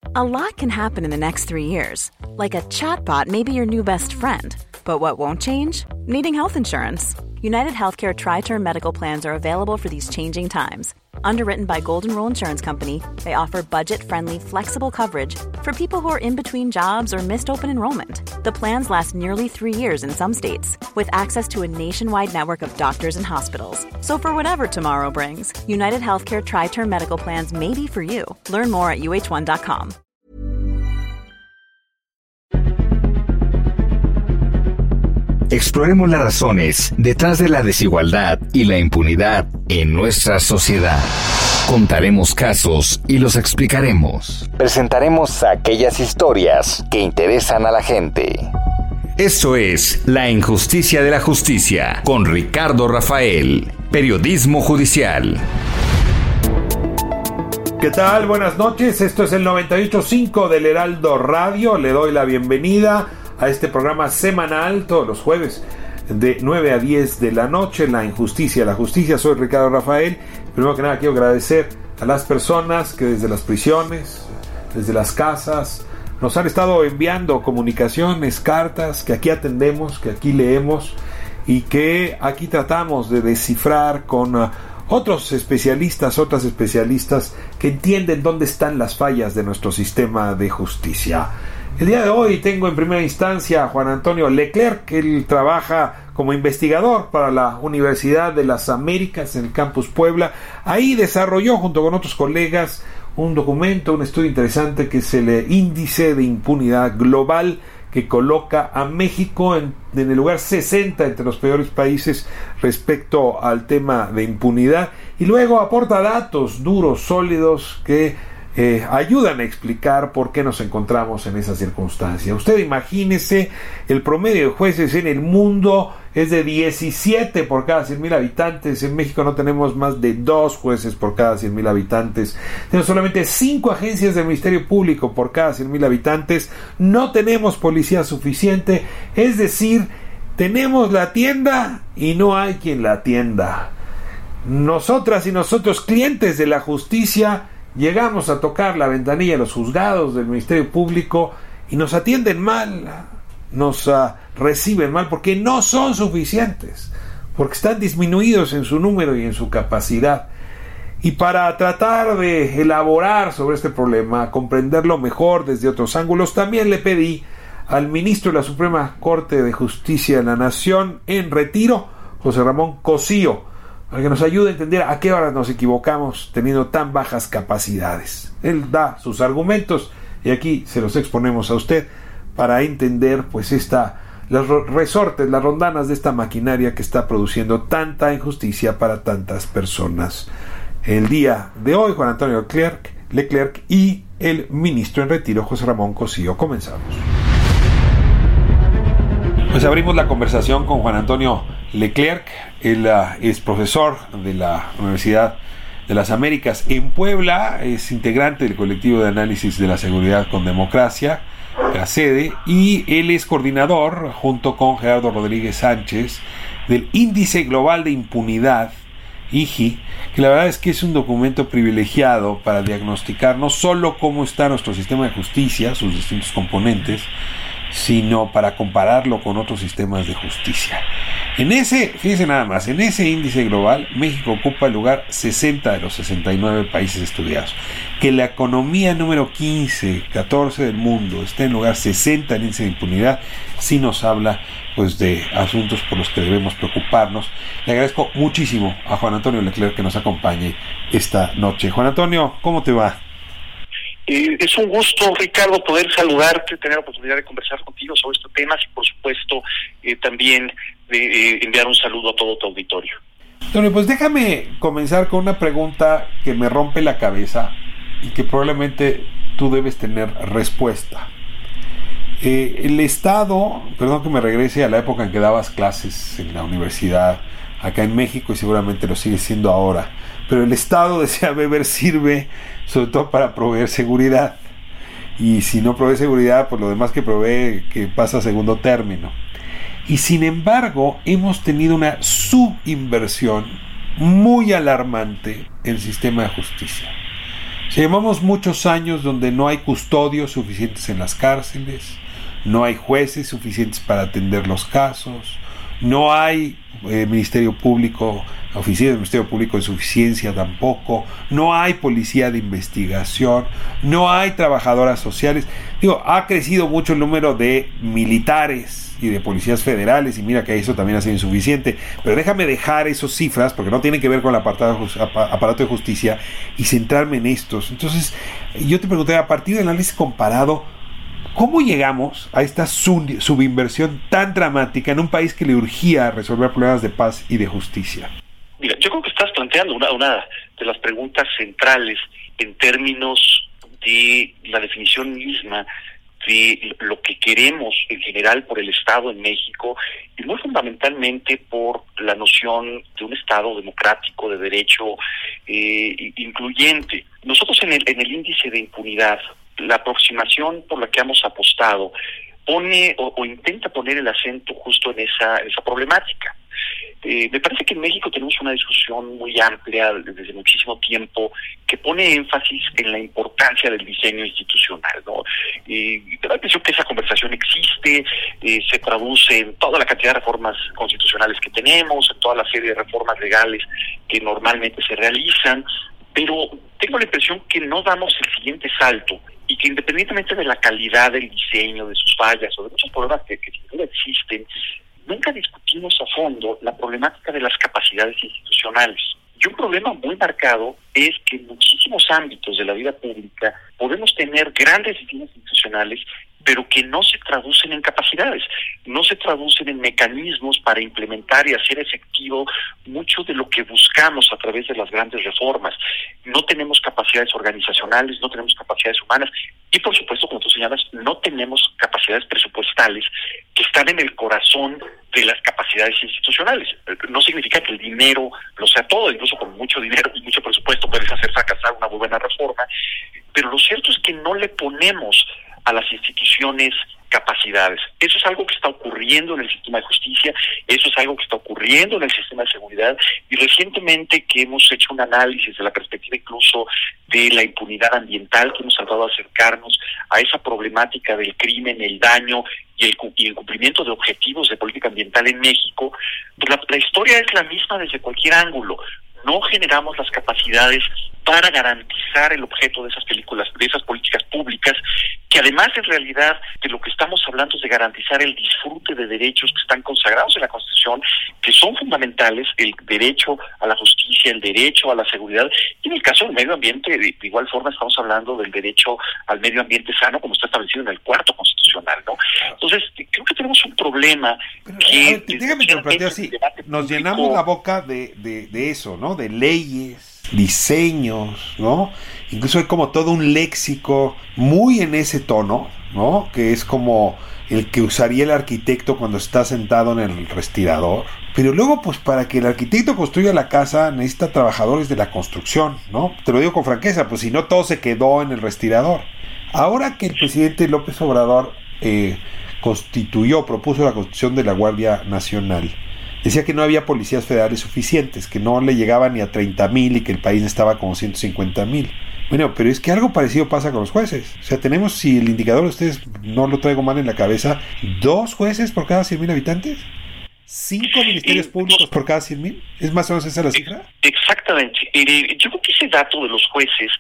A lot can happen in the next 3 years. Like a chatbot may be your new best friend. But what won't change? Needing health insurance. United Healthcare Tri-Term Medical Plans are available for these changing times. Underwritten by Golden Rule Insurance Company, they offer budget-friendly, flexible coverage for people who are in between jobs or missed open enrollment. The plans last nearly 3 years in some states, with access to a nationwide network of doctors and hospitals. So for whatever tomorrow brings, United Healthcare Tri-Term Medical Plans may be for you. Learn more at uh1.com. Exploremos las razones detrás de la desigualdad y la impunidad en nuestra sociedad. Contaremos casos y los explicaremos. Presentaremos aquellas historias que interesan a la gente. Esto es La Injusticia de la Justicia, con Ricardo Rafael, periodismo judicial. ¿Qué tal? Buenas noches, esto es el 98.5 del Heraldo Radio. Le doy la bienvenida a este programa semanal todos los jueves de 9 a 10 de la noche, La Injusticia, la Justicia. Soy Ricardo Rafael. Primero que nada quiero agradecer a las personas que desde las prisiones, desde las casas, nos han estado enviando comunicaciones, cartas, que aquí atendemos, que aquí leemos y que aquí tratamos de descifrar con otros especialistas, otras especialistas que entienden dónde están las fallas de nuestro sistema de justicia. El día de hoy tengo en primera instancia a Juan Antonio Leclerc, que él trabaja como investigador para la Universidad de las Américas en el Campus Puebla. Ahí desarrolló junto con otros colegas un documento, un estudio interesante que es el Índice de Impunidad Global, que coloca a México en el lugar 60 entre los peores países respecto al tema de impunidad, y luego aporta datos duros, sólidos, que ayudan a explicar por qué nos encontramos en esa circunstancia. Usted imagínese, el promedio de jueces en el mundo es de 17 por cada 100,000 habitantes. En México no tenemos más de 2 jueces por cada 100,000 habitantes. Tenemos solamente 5 agencias del Ministerio Público por cada 100,000 habitantes. No tenemos policía suficiente. Es decir, tenemos la tienda y no hay quien la atienda. Nosotras y nosotros, clientes de la justicia, llegamos a tocar la ventanilla de los juzgados del Ministerio Público y nos atienden mal, nos reciben mal porque no son suficientes, porque están disminuidos en su número y en su capacidad. Y para tratar de elaborar sobre este problema, comprenderlo mejor desde otros ángulos, también le pedí al ministro de la Suprema Corte de Justicia de la Nación en retiro, José Ramón Cosío, para que nos ayude a entender a qué hora nos equivocamos teniendo tan bajas capacidades. Él da sus argumentos y aquí se los exponemos a usted para entender pues los resortes, las rondanas de esta maquinaria que está produciendo tanta injusticia para tantas personas. El día de hoy, Juan Antonio Leclerc y el ministro en retiro, José Ramón Cosío. Comenzamos. Pues abrimos la conversación con Juan Antonio Leclerc. Él es profesor de la Universidad de las Américas en Puebla, es integrante del colectivo de análisis de la seguridad con democracia, CACEDE, y él es coordinador, junto con Gerardo Rodríguez Sánchez, del Índice Global de Impunidad, IGI, que la verdad es que es un documento privilegiado para diagnosticar no solo cómo está nuestro sistema de justicia, sus distintos componentes, sino para compararlo con otros sistemas de justicia. Fíjense nada más, en ese índice global, México ocupa el lugar 60 de los 69 países estudiados. Que la economía número 15, 14 del mundo esté en lugar 60 en índice de impunidad, sí nos habla pues de asuntos por los que debemos preocuparnos. Le agradezco muchísimo a Juan Antonio Leclerc que nos acompañe esta noche. Juan Antonio, ¿cómo te va? Es un gusto, Ricardo, poder saludarte, tener la oportunidad de conversar contigo sobre estos temas y, por supuesto, también de enviar un saludo a todo tu auditorio. Antonio, pues déjame comenzar con una pregunta que me rompe la cabeza y que probablemente tú debes tener respuesta. El Estado, perdón que me regrese a la época en que dabas clases en la universidad acá en México y seguramente lo sigue siendo ahora, pero el Estado, decía Weber, sirve sobre todo para proveer seguridad, y si no provee seguridad, pues lo demás que provee que pasa a segundo término. Y sin embargo hemos tenido una subinversión muy alarmante en el sistema de justicia. Llevamos muchos años donde no hay custodios suficientes en las cárceles, no hay jueces suficientes para atender los casos, no hay Ministerio Público, oficina del Ministerio Público de suficiencia tampoco, no hay policía de investigación, no hay trabajadoras sociales. Ha crecido mucho el número de militares y de policías federales, y mira que eso también ha sido insuficiente, pero déjame dejar esas cifras, porque no tienen que ver con el aparato de justicia, y centrarme en estos. Entonces, yo te pregunté, a partir del análisis comparado, ¿cómo llegamos a esta subinversión tan dramática en un país que le urgía resolver problemas de paz y de justicia? Mira, yo creo que estás planteando una de las preguntas centrales en términos de la definición misma de lo que queremos en general por el Estado en México, y muy fundamentalmente por la noción de un Estado democrático, de derecho incluyente. Nosotros en el índice de impunidad, la aproximación por la que hemos apostado pone o intenta poner el acento justo en esa problemática. Me parece que en México tenemos una discusión muy amplia desde muchísimo tiempo que pone énfasis en la importancia del diseño institucional, ¿no? Y me da la impresión que esa conversación existe, se traduce en toda la cantidad de reformas constitucionales que tenemos, en toda la serie de reformas legales que normalmente se realizan, pero tengo la impresión que no damos el siguiente salto, y que independientemente de la calidad del diseño, de sus fallas o de muchos problemas que sin duda existen, nunca discutimos a fondo la problemática de las capacidades institucionales. Y un problema muy marcado es que en muchísimos ámbitos de la vida pública podemos tener grandes diseños institucionales, pero que no se traducen en capacidades, no se traducen en mecanismos para implementar y hacer efectivo mucho de lo que buscamos a través de las grandes reformas. No tenemos capacidades organizacionales, no tenemos capacidades humanas y, por supuesto, como tú señalas, no tenemos capacidades presupuestales que están en el corazón de las capacidades institucionales. No significa que el dinero lo sea todo, incluso con mucho dinero y mucho presupuesto puedes hacer fracasar una muy buena reforma, pero lo cierto es que no le ponemos a las instituciones capacidades. Eso es algo que está ocurriendo en el sistema de justicia, eso es algo que está ocurriendo en el sistema de seguridad, y recientemente que hemos hecho un análisis de la perspectiva incluso de la impunidad ambiental, que hemos tratado de acercarnos a esa problemática del crimen, el daño y el incumplimiento de objetivos de política ambiental en México, pues la historia es la misma desde cualquier ángulo. No generamos las capacidades para garantizar el objeto de esas políticas públicas, que además en realidad de lo que estamos hablando es de garantizar el disfrute de derechos que están consagrados en la Constitución, que son fundamentales: el derecho a la justicia, el derecho a la seguridad, y en el caso del medio ambiente, de igual forma estamos hablando del derecho al medio ambiente sano, como está establecido en el cuarto constitucional, ¿no? Entonces, creo que tenemos un problema. Pero, déjame que lo planteo así. Nos llenamos la boca de eso, ¿no? De leyes, diseños, ¿no? Incluso hay como todo un léxico muy en ese tono, ¿no? Que es como el que usaría el arquitecto cuando está sentado en el respirador. Pero luego, pues para que el arquitecto construya la casa necesita trabajadores de la construcción, ¿no? Te lo digo con franqueza, pues si no todo se quedó en el respirador. Ahora que el presidente López Obrador propuso la constitución de la Guardia Nacional, decía que no había policías federales suficientes, que no le llegaban ni a 30,000 y que el país estaba como 150,000. Bueno, pero es que algo parecido pasa con los jueces. O sea, tenemos, si el indicador de ustedes no lo traigo mal en la cabeza, 2 jueces por cada 100,000 habitantes, 5 ministerios públicos por cada 100,000. ¿Es más o menos esa la cifra? Exactamente. Yo creo que ese dato de los jueces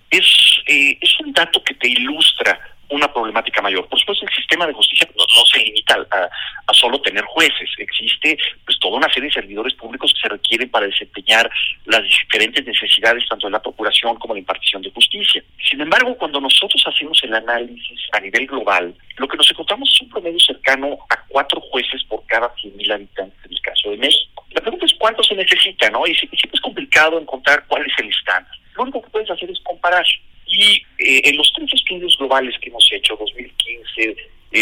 es un dato que te ilustra una problemática mayor. Por supuesto, el sistema de justicia no se limita a solo tener jueces. Existe pues toda una serie de servidores públicos que se requieren para desempeñar las diferentes necesidades tanto de la procuración como de la impartición de justicia. Sin embargo, cuando nosotros hacemos el análisis a nivel global, lo que nos encontramos es un promedio cercano a 4 jueces por cada 100,000 habitantes en el caso de México. La pregunta es cuánto se necesita, ¿no? Y siempre es complicado encontrar cuál es el estándar. Lo único que puedes hacer es comparar. Y en los 3 estudios globales que hemos hecho, 2015,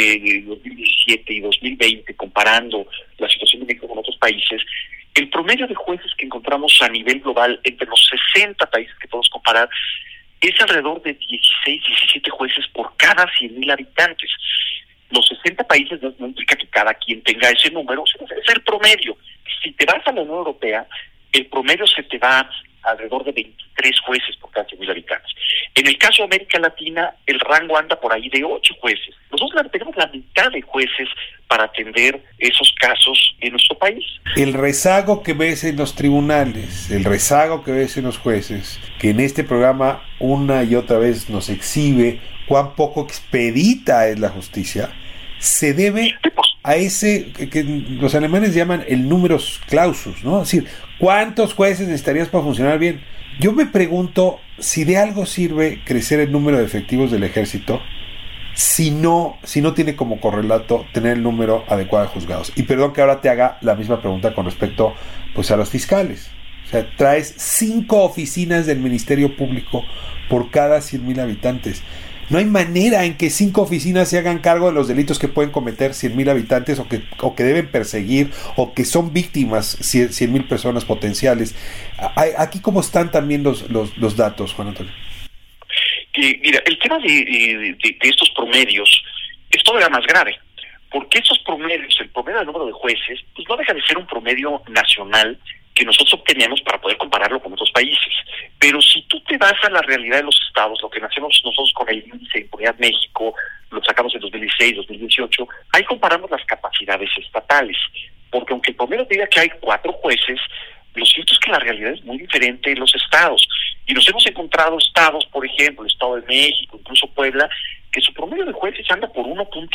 2017 y 2020, comparando la situación de México con otros países, el promedio de jueces que encontramos a nivel global entre los 60 países que podemos comparar es alrededor de 16, 17 jueces por cada 100,000 habitantes. Los 60 países no implica que cada quien tenga ese número, es el promedio. Si te vas a la Unión Europea, el promedio se te va alrededor de 23 jueces por cada 100,000 habitantes. En el caso de América Latina, el rango anda por ahí de 8 jueces. Nosotros tenemos la mitad de jueces para atender esos casos en nuestro país. El rezago que ves en los tribunales, el rezago que ves en los jueces, que en este programa una y otra vez nos exhibe cuán poco expedita es la justicia, se debe a ese que los alemanes llaman el numerus clausus, ¿no? Es decir, ¿cuántos jueces necesitarías para funcionar bien? Yo me pregunto si de algo sirve crecer el número de efectivos del ejército si no tiene como correlato tener el número adecuado de juzgados. Y perdón que ahora te haga la misma pregunta con respecto pues a los fiscales. O sea, traes 5 oficinas del Ministerio Público por cada 100,000 habitantes. No hay manera en que 5 oficinas se hagan cargo de los delitos que pueden cometer 100,000 habitantes o que deben perseguir o que son víctimas 100,000 personas potenciales. Aquí cómo están también los datos, Juan Antonio. Mira, el tema de estos promedios es todavía más grave, porque estos promedios, el promedio del número de jueces, pues no deja de ser un promedio nacional que nosotros obtenemos para poder compararlo con otros países. Pero si tú te vas a la realidad de los estados, lo que nacemos nosotros con el índice de impunidad México, lo sacamos en 2016, 2018, ahí comparamos las capacidades estatales, porque aunque el promedio te diga que hay 4 jueces, lo cierto es que la realidad es muy diferente en los estados. Y nos hemos encontrado estados, por ejemplo, el Estado de México, incluso Puebla, que su promedio de jueces anda por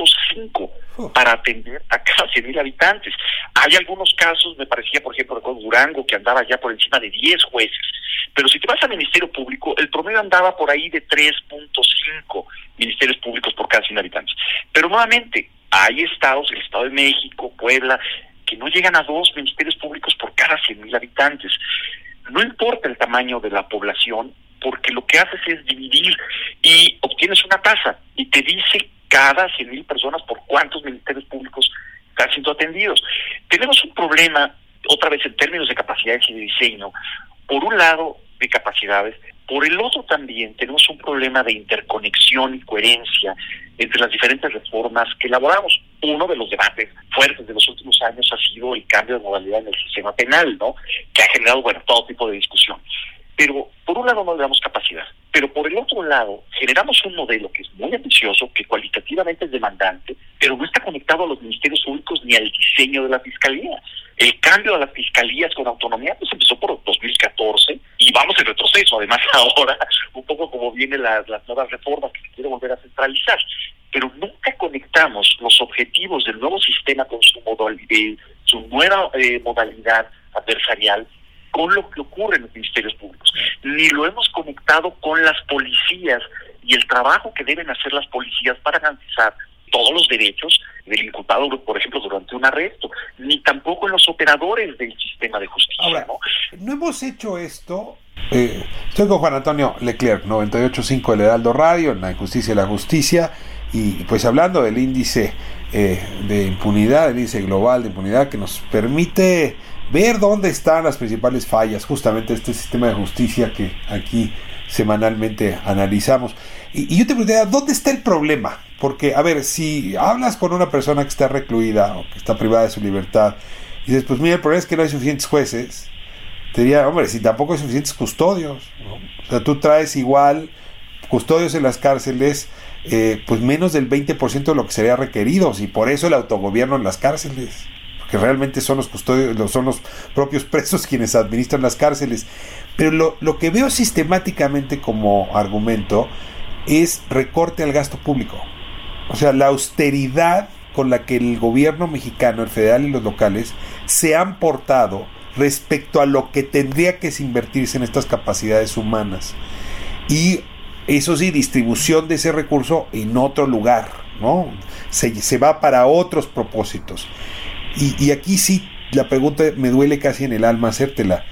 1.5 para atender a cada 100,000 habitantes. Hay algunos casos, me parecía, por ejemplo, recuerdo Durango, que andaba ya por encima de 10 jueces. Pero si te vas al Ministerio Público, el promedio andaba por ahí de 3.5 ministerios públicos por cada 100 habitantes. Pero nuevamente, hay estados, el Estado de México, Puebla, que no llegan a 2 ministerios públicos por cada 100,000 habitantes. No importa el tamaño de la población, porque lo que haces es dividir y obtienes una tasa y te dice cada 100,000 personas por cuántos ministerios públicos están siendo atendidos. Tenemos un problema, otra vez en términos de capacidades y de diseño, por un lado de capacidades, por el otro también tenemos un problema de interconexión y coherencia entre las diferentes reformas que elaboramos. Uno de los debates fuertes de los últimos años ha sido el cambio de modalidad en el sistema penal, ¿no? Que ha generado, todo tipo de discusión. Pero por un lado no le damos capacidad, pero por el otro lado generamos un modelo que es muy ambicioso, que cualitativamente es demandante, pero no está conectado a los ministerios públicos ni al diseño de la fiscalía. El cambio a las fiscalías con autonomía pues empezó por 2014 y vamos en retroceso, además ahora, un poco como vienen las nuevas reformas que se quiere volver a centralizar. Pero nunca conectamos los objetivos del nuevo sistema con su nueva modalidad adversarial con lo que ocurre en los ministerios públicos. Ni lo hemos conectado con las policías y el trabajo que deben hacer las policías para garantizar todos los derechos del imputado, por ejemplo, durante un arresto, ni tampoco en los operadores del sistema de justicia. Ahora, no hemos hecho esto. Estoy con Juan Antonio Leclerc, 98.5 del Heraldo Radio, en La Injusticia y la Justicia, y pues hablando del índice de impunidad, el índice global de impunidad, que nos permite ver dónde están las principales fallas, justamente este sistema de justicia que aquí semanalmente analizamos. Y yo te preguntaría, ¿dónde está el problema? Porque, a ver, si hablas con una persona que está recluida o que está privada de su libertad y dices, pues mira, el problema es que no hay suficientes jueces, te diría, hombre, si tampoco hay suficientes custodios, ¿no? O sea, tú traes igual custodios en las cárceles, pues menos del 20% de lo que sería requerido, y por eso el autogobierno en las cárceles, porque realmente son los custodios, son los propios presos quienes administran las cárceles. Pero lo que veo sistemáticamente como argumento es recorte al gasto público. O sea, la austeridad con la que el gobierno mexicano, el federal y los locales se han portado respecto a lo que tendría que invertirse en estas capacidades humanas. Y eso sí, distribución de ese recurso en otro lugar, ¿no? Se va para otros propósitos. Y aquí sí, la pregunta me duele casi en el alma hacértela.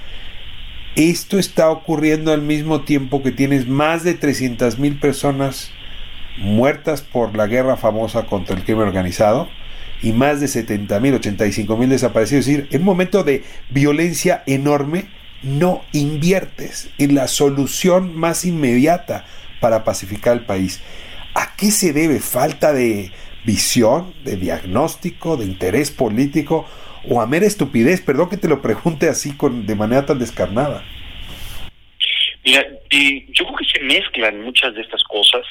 Esto está ocurriendo al mismo tiempo que tienes más de 300,000 personas muertas por la guerra famosa contra el crimen organizado y más de 70,000, 85,000 desaparecidos. Es decir, en un momento de violencia enorme, no inviertes en la solución más inmediata para pacificar el país. ¿A qué se debe? ¿Falta de visión, de diagnóstico, de interés político o a mera estupidez? Perdón que te lo pregunte así de manera tan descarnada. Mira, yo creo que se mezclan muchas de estas cosas.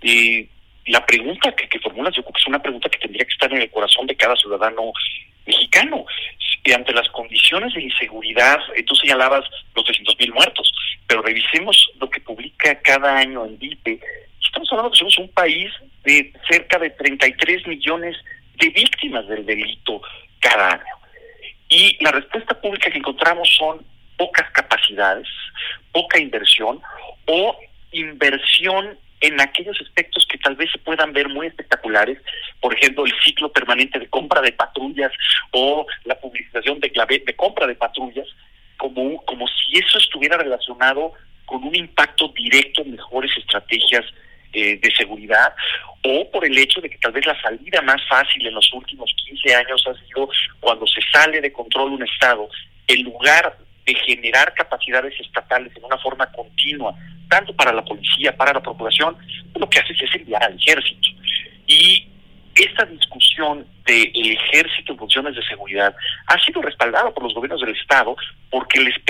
La pregunta que formulas, yo creo que es una pregunta que tendría que estar en el corazón de cada ciudadano mexicano. Ante las condiciones de inseguridad, tú señalabas los 300,000 muertos, pero revisemos lo que publica cada año en DIPE. Estamos hablando que somos un país de cerca de 33 millones de víctimas del delito cada año. Y la respuesta pública que encontramos son pocas capacidades, poca inversión o inversión en aquellos aspectos que tal vez se puedan ver muy espectaculares, por ejemplo, el ciclo permanente de compra de patrullas o la publicización de compra de patrullas, como si eso estuviera relacionado con un impacto directo en mejores estrategias de seguridad, o por el hecho de que tal vez la salida más fácil en los últimos 15 años ha sido cuando se sale de control un estado, en lugar de generar capacidades estatales en una forma continua, tanto para la policía, para la procuración, lo que hace es enviar al ejército. Y esta discusión del ejército en funciones de seguridad ha sido respaldada por los gobiernos del Estado, porque les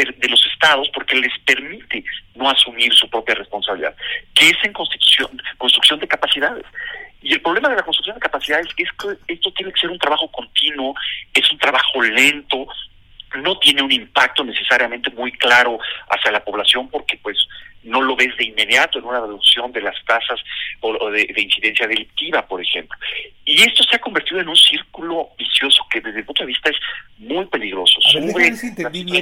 permite no asumir su propia responsabilidad, que es en construcción de capacidades. Y el problema de la construcción de capacidades es que esto tiene que ser un trabajo continuo, es un trabajo lento, no tiene un impacto necesariamente muy claro hacia la población, porque pues no lo ves de inmediato en una reducción de las tasas o de incidencia delictiva, por ejemplo. Y esto se ha convertido en un círculo vicioso que desde el punto de vista es muy peligroso. Déjame ver si entendí bien.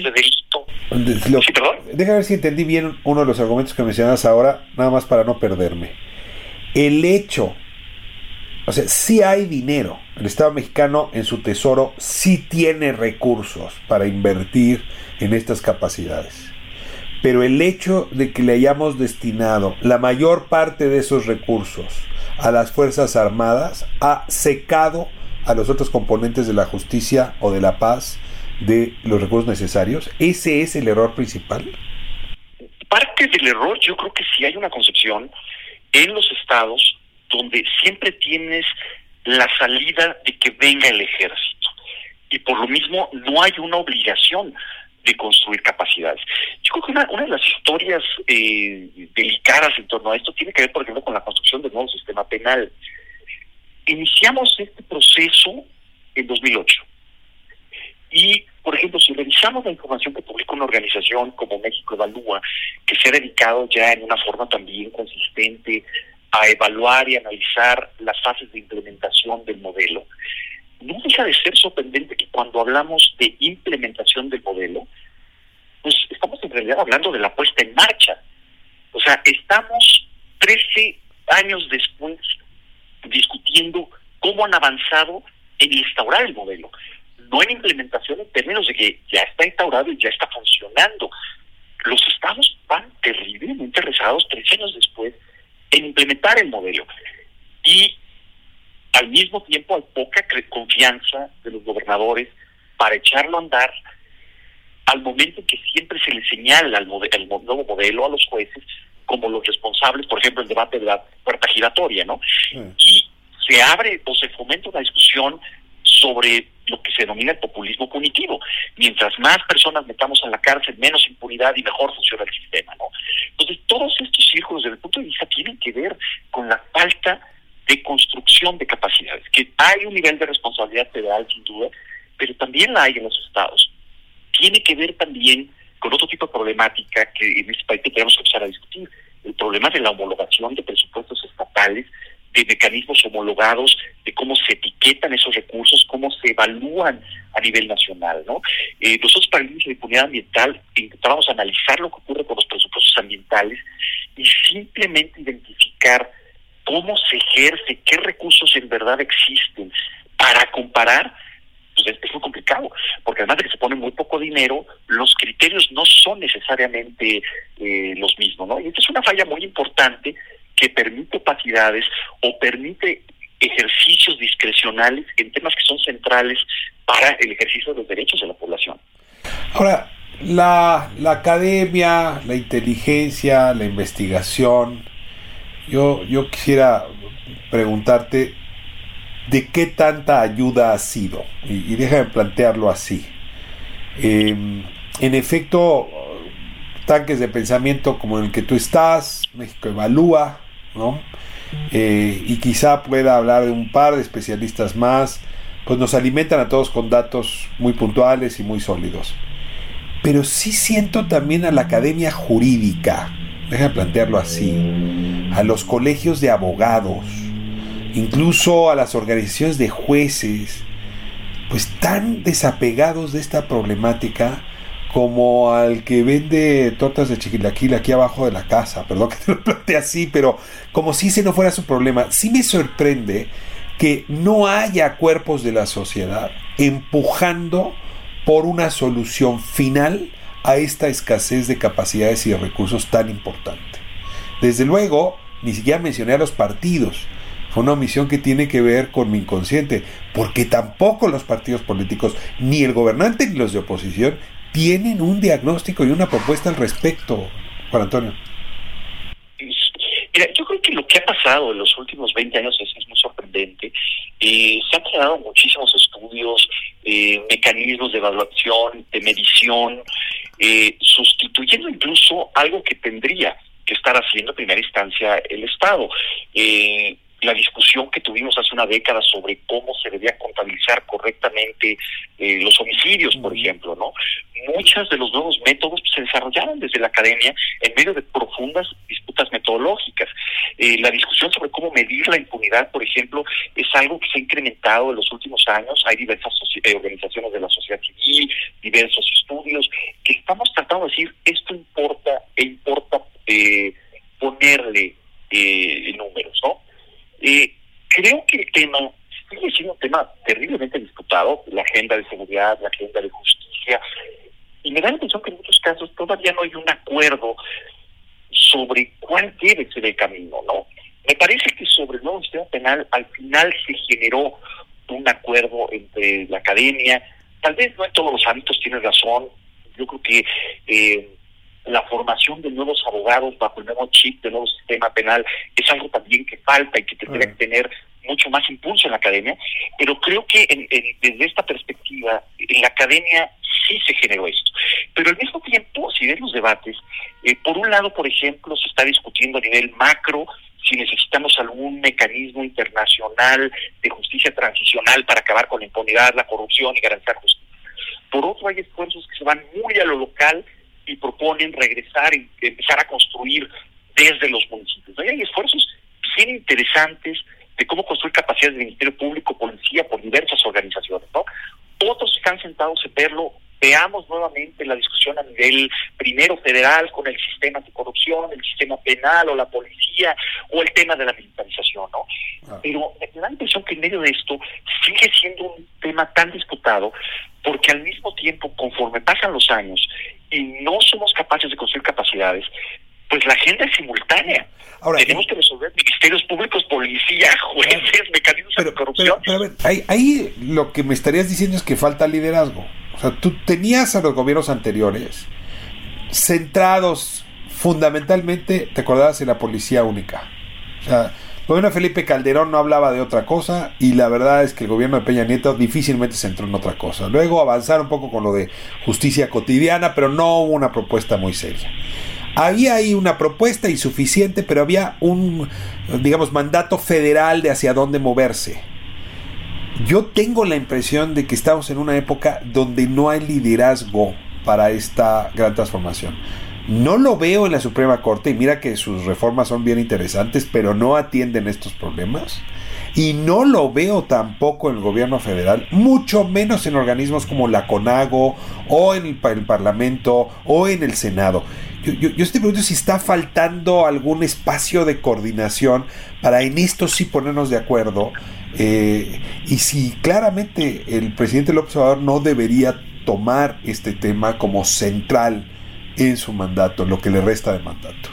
Déjame ver si entendí bien uno de los argumentos que mencionabas ahora, nada más para no perderme. El hecho, o sea, sí hay dinero. El Estado mexicano en su tesoro sí tiene recursos para invertir en estas capacidades. Pero el hecho de que le hayamos destinado la mayor parte de esos recursos a las Fuerzas Armadas ha secado a los otros componentes de la justicia o de la paz de los recursos necesarios. ¿Ese es el error principal? Parte del error, yo creo que sí hay una concepción en los estados donde siempre tienes la salida de que venga el ejército. Y por lo mismo no hay una obligación de construir capacidades. Yo creo que una de las historias delicadas en torno a esto tiene que ver, por ejemplo, con la construcción del nuevo sistema penal. Iniciamos este proceso en 2008. Y, por ejemplo, si revisamos la información que publica una organización como México Evalúa, que se ha dedicado ya en una forma también consistente a evaluar y analizar las fases de implementación del modelo, no deja de ser sorprendente que cuando hablamos de implementación del modelo, pues estamos en realidad hablando de la puesta en marcha. O sea, estamos 13 años después discutiendo cómo han avanzado en instaurar el modelo, no en implementación en términos de que ya está instaurado y ya está funcionando. Los estados van terriblemente rezagados 13 años después en implementar el modelo. Y al mismo tiempo hay poca confianza de los gobernadores para echarlo a andar al momento en que siempre se le señala el nuevo modelo a los jueces como los responsables, por ejemplo, el debate de la puerta giratoria, ¿no? Y se abre o se fomenta una discusión sobre lo que se denomina el populismo punitivo. Mientras más personas metamos en la cárcel, menos impunidad y mejor funciona el sistema, ¿no? Entonces, todos estos círculos, desde el punto de vista, tienen que ver con la falta de construcción de capacidades, que hay un nivel de responsabilidad federal sin duda, pero también la hay en los estados. Tiene que ver también con otro tipo de problemática que en este país tenemos que empezar a discutir, el problema de la homologación de presupuestos estatales, de mecanismos homologados, de cómo se etiquetan esos recursos, cómo se evalúan a nivel nacional, ¿no? Nosotros para el índice de impunidad ambiental intentábamos analizar lo que ocurre con los presupuestos ambientales y simplemente identificar cómo se ejerce, qué recursos en verdad existen para comparar. Pues es muy complicado, porque además de que se pone muy poco dinero, los criterios no son necesariamente los mismos, ¿no? Y esta es una falla muy importante que permite opacidades o permite ejercicios discrecionales en temas que son centrales para el ejercicio de los derechos de la población. Ahora, la academia, la inteligencia, la investigación, yo quisiera preguntarte ¿de qué tanta ayuda ha sido? Y déjame plantearlo así. En efecto, tanques de pensamiento como en el que tú estás, México Evalúa, ¿no? Y quizá pueda hablar de un par de especialistas más, pues nos alimentan a todos con datos muy puntuales y muy sólidos. Pero sí siento también a la academia jurídica, déjame plantearlo así, a los colegios de abogados, incluso a las organizaciones de jueces, pues tan desapegados de esta problemática como al que vende tortas de chiquilaquil aquí abajo de la casa. Perdón que te lo plantee así, pero como si ese no fuera su problema. Sí me sorprende que no haya cuerpos de la sociedad empujando por una solución final a esta escasez de capacidades y de recursos tan importante. Desde luego, ni siquiera mencioné a los partidos. Fue una omisión que tiene que ver con mi inconsciente, porque tampoco los partidos políticos, ni el gobernante ni los de oposición, tienen un diagnóstico y una propuesta al respecto, Juan Antonio. Mira, yo creo que lo que ha pasado en los últimos 20 años es muy sorprendente. Se han creado muchísimos estudios, mecanismos de evaluación, de medición, sustituyendo incluso algo que tendría que estar haciendo en primera instancia el Estado. La discusión que tuvimos hace una década sobre cómo se debía contabilizar correctamente los homicidios, por ejemplo, ¿no? Muchos de los nuevos métodos se desarrollaron desde la academia en medio de profundas disputas metodológicas. La discusión sobre cómo medir la impunidad, por ejemplo, es algo que se ha incrementado en los últimos años. Hay diversas organizaciones de la sociedad civil, diversos estudios, que estamos tratando de decir, esto importa ponerle números, ¿no? Creo que el tema sigue siendo un tema terriblemente disputado, la agenda de seguridad, la agenda de justicia, y me da la impresión que en muchos casos todavía no hay un acuerdo sobre cuál debe ser el camino, ¿no? Me parece que sobre el nuevo sistema penal al final se generó un acuerdo entre la academia, tal vez no en todos los ámbitos, tienes razón. Yo creo que la formación de nuevos abogados bajo el nuevo chip del nuevo sistema penal es algo también que falta y que tendría que tener mucho más impulso en la academia, pero creo que desde esta perspectiva en la academia sí se generó esto. Pero al mismo tiempo, si ves los debates, por un lado, por ejemplo, se está discutiendo a nivel macro si necesitamos algún mecanismo internacional de justicia transicional para acabar con la impunidad, la corrupción y garantizar justicia. Por otro, hay esfuerzos que se van muy a lo local y proponen regresar y empezar a construir desde los municipios. ¿No? Y hay esfuerzos bien interesantes de cómo construir capacidades de Ministerio Público, Policía, por diversas organizaciones, ¿no? Otros están sentados en verlo. Veamos nuevamente la discusión a nivel primero federal con el sistema anticorrupción, el sistema penal o la policía, o el tema de la militarización, ¿no? Pero me da la impresión que en medio de esto sigue siendo un tema tan disputado, porque al mismo tiempo, conforme pasan los años y no somos capaces de construir capacidades, pues la agenda es simultánea. Ahora, tenemos que resolver ministerios públicos, policía, jueces, mecanismos de corrupción. Pero a ver, ahí lo que me estarías diciendo es que falta liderazgo. O sea, tú tenías a los gobiernos anteriores centrados fundamentalmente, te acordabas, en la policía única. O sea, el gobierno de Felipe Calderón no hablaba de otra cosa, y la verdad es que el gobierno de Peña Nieto difícilmente se centró en otra cosa. Luego avanzaron un poco con lo de justicia cotidiana, pero no hubo una propuesta muy seria. Había ahí una propuesta insuficiente, pero había un, digamos, mandato federal de hacia dónde moverse. Yo tengo la impresión de que estamos en una época donde no hay liderazgo para esta gran transformación. No lo veo en la Suprema Corte, y mira que sus reformas son bien interesantes, pero no atienden estos problemas. Y no lo veo tampoco en el gobierno federal, mucho menos en organismos como la CONAGO, o en el Parlamento, o en el Senado. Yo estoy preguntando si está faltando algún espacio de coordinación para en esto sí ponernos de acuerdo, y si claramente el presidente López Obrador no debería tomar este tema como central en su mandato, lo que le resta de mandato.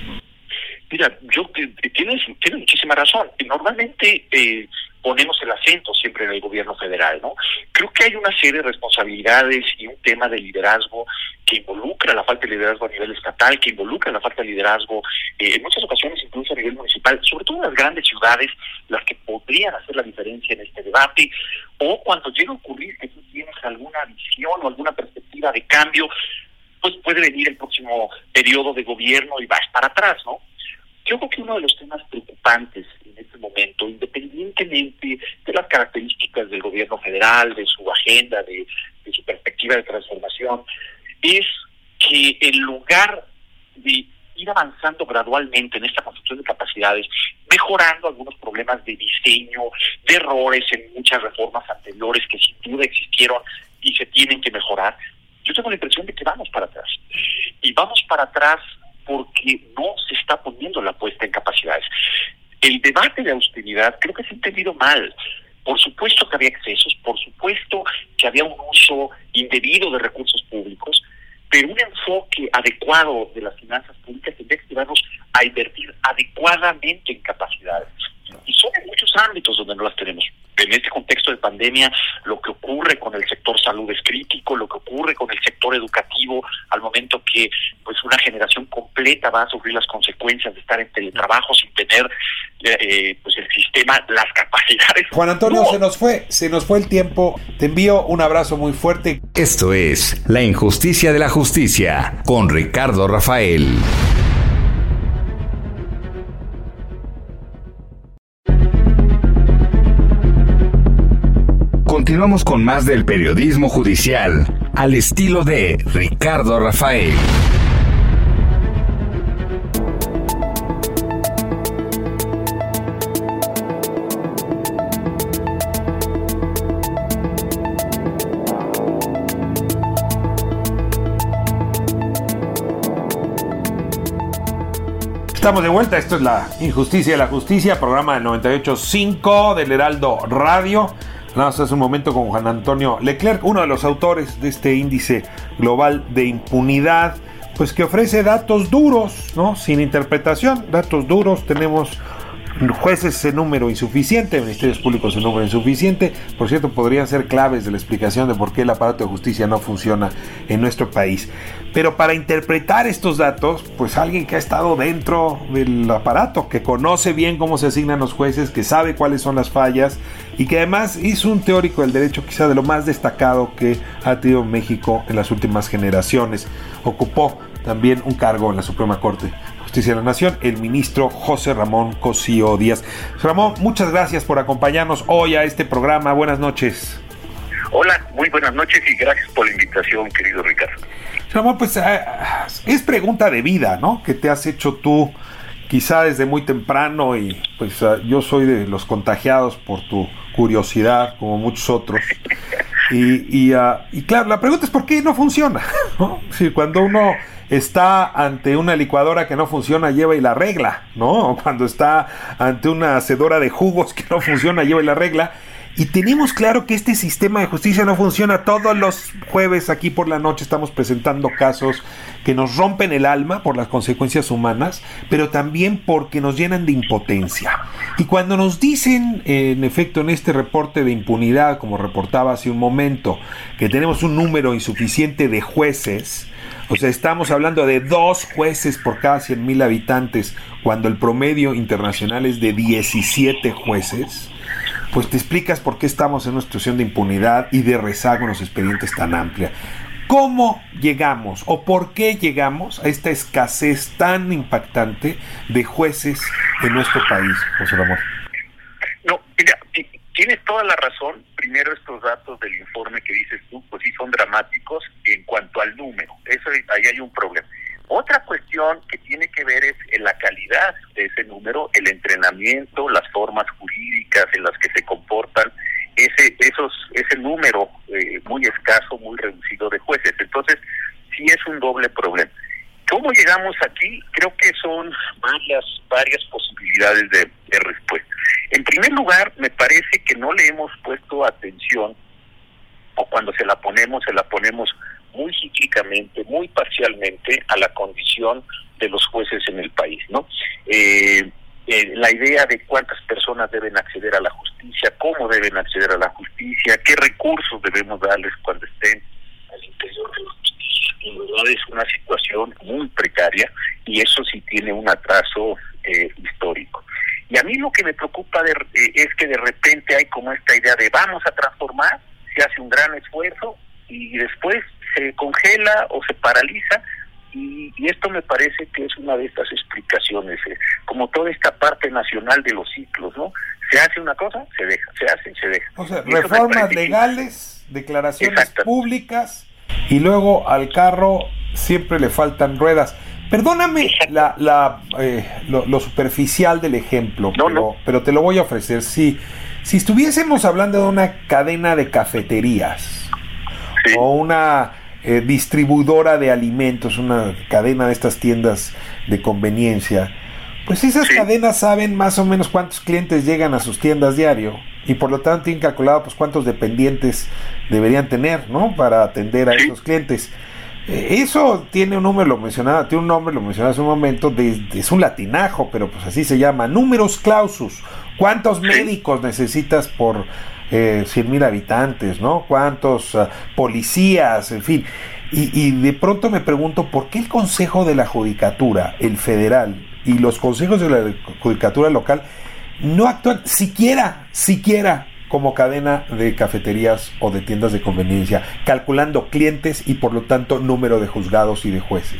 Mira, tienes muchísima razón. Normalmente ponemos el acento siempre en el gobierno federal, ¿no? Creo que hay una serie de responsabilidades y un tema de liderazgo que involucra la falta de liderazgo a nivel estatal, que involucra la falta de liderazgo en muchas ocasiones incluso a nivel municipal, sobre todo en las grandes ciudades, las que podrían hacer la diferencia en este debate, o cuando llega a ocurrir que tú tienes alguna visión o alguna perspectiva de cambio, pues puede venir el próximo periodo de gobierno y vas para atrás, ¿no? Yo creo que uno de los temas preocupantes en este momento, independientemente de las características del gobierno federal, de su agenda, de su perspectiva de transformación, es que en lugar de ir avanzando gradualmente en esta construcción de capacidades, mejorando algunos problemas de diseño, de errores en muchas reformas anteriores que sin duda existieron y se tienen que mejorar, yo tengo la impresión de que vamos para atrás. Y vamos para atrás porque no se está poniendo la apuesta en capacidades. El debate de austeridad creo que se ha entendido mal. Por supuesto que había excesos, por supuesto que había un uso indebido de recursos públicos, pero un enfoque adecuado de las finanzas públicas tendría que llevarnos a invertir adecuadamente en capacidades. Y son en muchos ámbitos donde no las tenemos. En este contexto de pandemia, lo que ocurre con el sector salud es crítico, lo que ocurre con el sector educativo, al momento que pues una generación completa va a sufrir las consecuencias de estar en teletrabajo sin tener pues el sistema, las capacidades. Juan Antonio, se nos fue el tiempo. Te envío un abrazo muy fuerte. Esto es La Injusticia de la Justicia con Ricardo Rafael. Continuamos con más del periodismo judicial, al estilo de Ricardo Rafael. Estamos de vuelta, esto es La Injusticia de la Justicia, programa del 98.5 del Heraldo Radio. Hablamos hace un momento con Juan Antonio Leclerc, uno de los autores de este índice global de impunidad, pues que ofrece datos duros, ¿no? Sin interpretación, datos duros. Tenemos jueces en número insuficiente, ministerios públicos en número insuficiente. Por cierto, podrían ser claves de la explicación de por qué el aparato de justicia no funciona en nuestro país. Pero para interpretar estos datos, pues alguien que ha estado dentro del aparato, que conoce bien cómo se asignan los jueces, que sabe cuáles son las fallas y que además hizo un teórico del derecho quizá de lo más destacado que ha tenido México en las últimas generaciones. Ocupó también un cargo en la Suprema Corte de Justicia de la Nación, el ministro José Ramón Cosío Díaz. Ramón, muchas gracias por acompañarnos hoy a este programa. Buenas noches. Hola, muy buenas noches y gracias por la invitación, querido Ricardo. Ramón, pues es pregunta de vida, ¿no? Que te has hecho tú quizá desde muy temprano y pues yo soy de los contagiados por tu curiosidad, como muchos otros. Y claro, la pregunta es ¿por qué no funciona? ¿No? Si cuando uno está ante una licuadora que no funciona, lleva y la arregla, ¿no? O cuando está ante una hacedora de jugos que no funciona, lleva y la arregla. Y tenemos claro que este sistema de justicia no funciona. Todos los jueves aquí por la noche estamos presentando casos que nos rompen el alma por las consecuencias humanas, pero también porque nos llenan de impotencia. Y cuando nos dicen, en efecto, en este reporte de impunidad, como reportaba hace un momento, que tenemos un número insuficiente de jueces, o sea, estamos hablando de 2 jueces por cada 100,000 habitantes, cuando el promedio internacional es de 17 jueces, pues te explicas por qué estamos en una situación de impunidad y de rezago en los expedientes tan amplia. ¿Cómo llegamos o por qué llegamos a esta escasez tan impactante de jueces en nuestro país, José Ramón? No, mira, tienes toda la razón. Primero, estos datos del informe que dices tú, pues sí son dramáticos en cuanto al número. Eso, ahí hay un problema. Otra cuestión que tiene que ver es en la calidad de ese número, el entrenamiento, las formas jurídicas en las que se comportan ese número muy escaso, muy reducido de jueces. Entonces, sí es un doble problema. ¿Cómo llegamos aquí? Creo que son varias posibilidades de respuesta. En primer lugar, me parece que no le hemos puesto atención, o cuando se la ponemos muy cíclicamente, muy parcialmente a la condición de los jueces en el país, ¿no? La idea de cuántas personas deben acceder a la justicia, cómo deben acceder a la justicia, qué recursos debemos darles cuando estén al interior de la justicia. En verdad es una situación muy precaria y eso sí tiene un atraso histórico. Y a mí lo que me preocupa es que de repente hay como esta idea de vamos a transformar, se hace un gran esfuerzo y después se congela o se paraliza, y esto me parece que es una de estas explicaciones, como toda esta parte nacional de los ciclos, ¿no? Se hace una cosa, se deja, se hace, se deja. O sea, reformas legales, declaraciones públicas, y luego al carro siempre le faltan ruedas. Perdóname lo superficial del ejemplo, pero te lo voy a ofrecer. Si estuviésemos hablando de una cadena de cafeterías, sí, o una distribuidora de alimentos, una cadena de estas tiendas de conveniencia, pues esas, sí, cadenas saben más o menos cuántos clientes llegan a sus tiendas diario, y por lo tanto tienen calculado pues cuántos dependientes deberían tener, ¿no?, para atender a, sí, esos clientes. Eso tiene un nombre, lo mencionaba hace un momento, es un latinajo, pero pues así se llama, numerus clausus. ¿Cuántos, sí, médicos necesitas por 100,000 habitantes, ¿no? ¿Cuántos policías? En fin. Y de pronto me pregunto, ¿por qué el Consejo de la Judicatura, el federal, y los consejos de la Judicatura local no actúan siquiera como cadena de cafeterías o de tiendas de conveniencia, calculando clientes y por lo tanto número de juzgados y de jueces?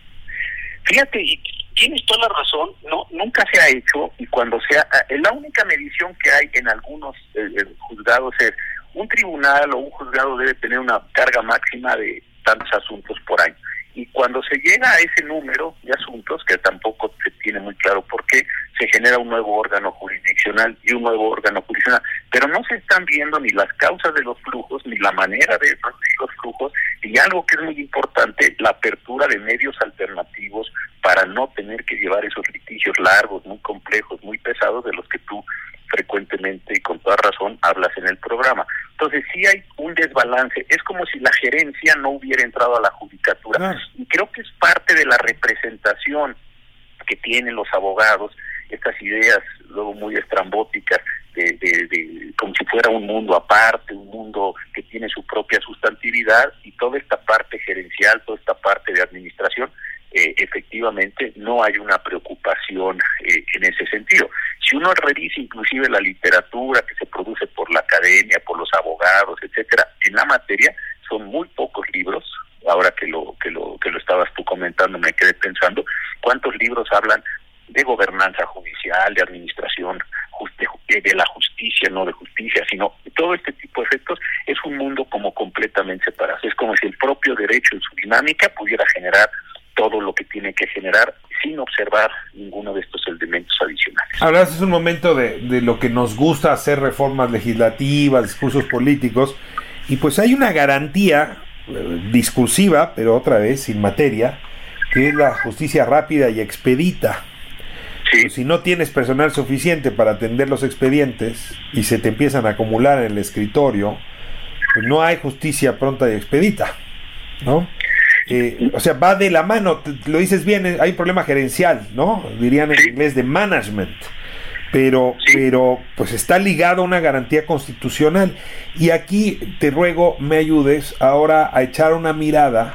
Fíjate, y tienes toda la razón, nunca se ha hecho, y cuando la única medición que hay en algunos juzgados es un tribunal o un juzgado debe tener una carga máxima de tantos asuntos por año. Y cuando se llega a ese número de asuntos, que tampoco se tiene muy claro por qué, se genera un nuevo órgano jurisdiccional y un nuevo órgano jurisdiccional, pero no se están viendo ni las causas de los flujos, ni la manera de reducir los flujos, y algo que es muy importante, la apertura de medios alternativos para no tener que llevar esos litigios largos, muy complejos, muy pesados, de los que tú frecuentemente y con toda razón hablas en el programa. Entonces sí hay un desbalance, es como si la gerencia no hubiera entrado a la judicatura, y creo que es parte de la representación que tienen los abogados, estas ideas luego muy estrambóticas de como si fuera un mundo aparte, un mundo que tiene su propia sustantividad, y toda esta parte gerencial, toda esta parte de administración, efectivamente no hay una preocupación en ese sentido. Si uno revisa inclusive la literatura que se produce por la academia, por los abogados, etcétera, en la materia, son muy pocos libros. Ahora que lo estabas tú comentando, me quedé pensando cuántos libros hablan de gobernanza judicial, de administración, de la justicia, no de justicia, sino de todo este tipo de efectos. Es un mundo como completamente separado. Es como si el propio derecho en su dinámica pudiera generar todo lo que tiene que generar sin observar ninguno de estos elementos adicionales. Hablas hace un momento de lo que nos gusta hacer, reformas legislativas, discursos políticos, y pues hay una garantía discursiva, pero otra vez sin materia, que es la justicia rápida y expedita. Sí. Pues si no tienes personal suficiente para atender los expedientes y se te empiezan a acumular en el escritorio, pues no hay justicia pronta y expedita, ¿no? O sea, va de la mano, lo dices bien, hay un problema gerencial, ¿no? Dirían en, sí, inglés de management, pero pues está ligado a una garantía constitucional. Y aquí te ruego me ayudes ahora a echar una mirada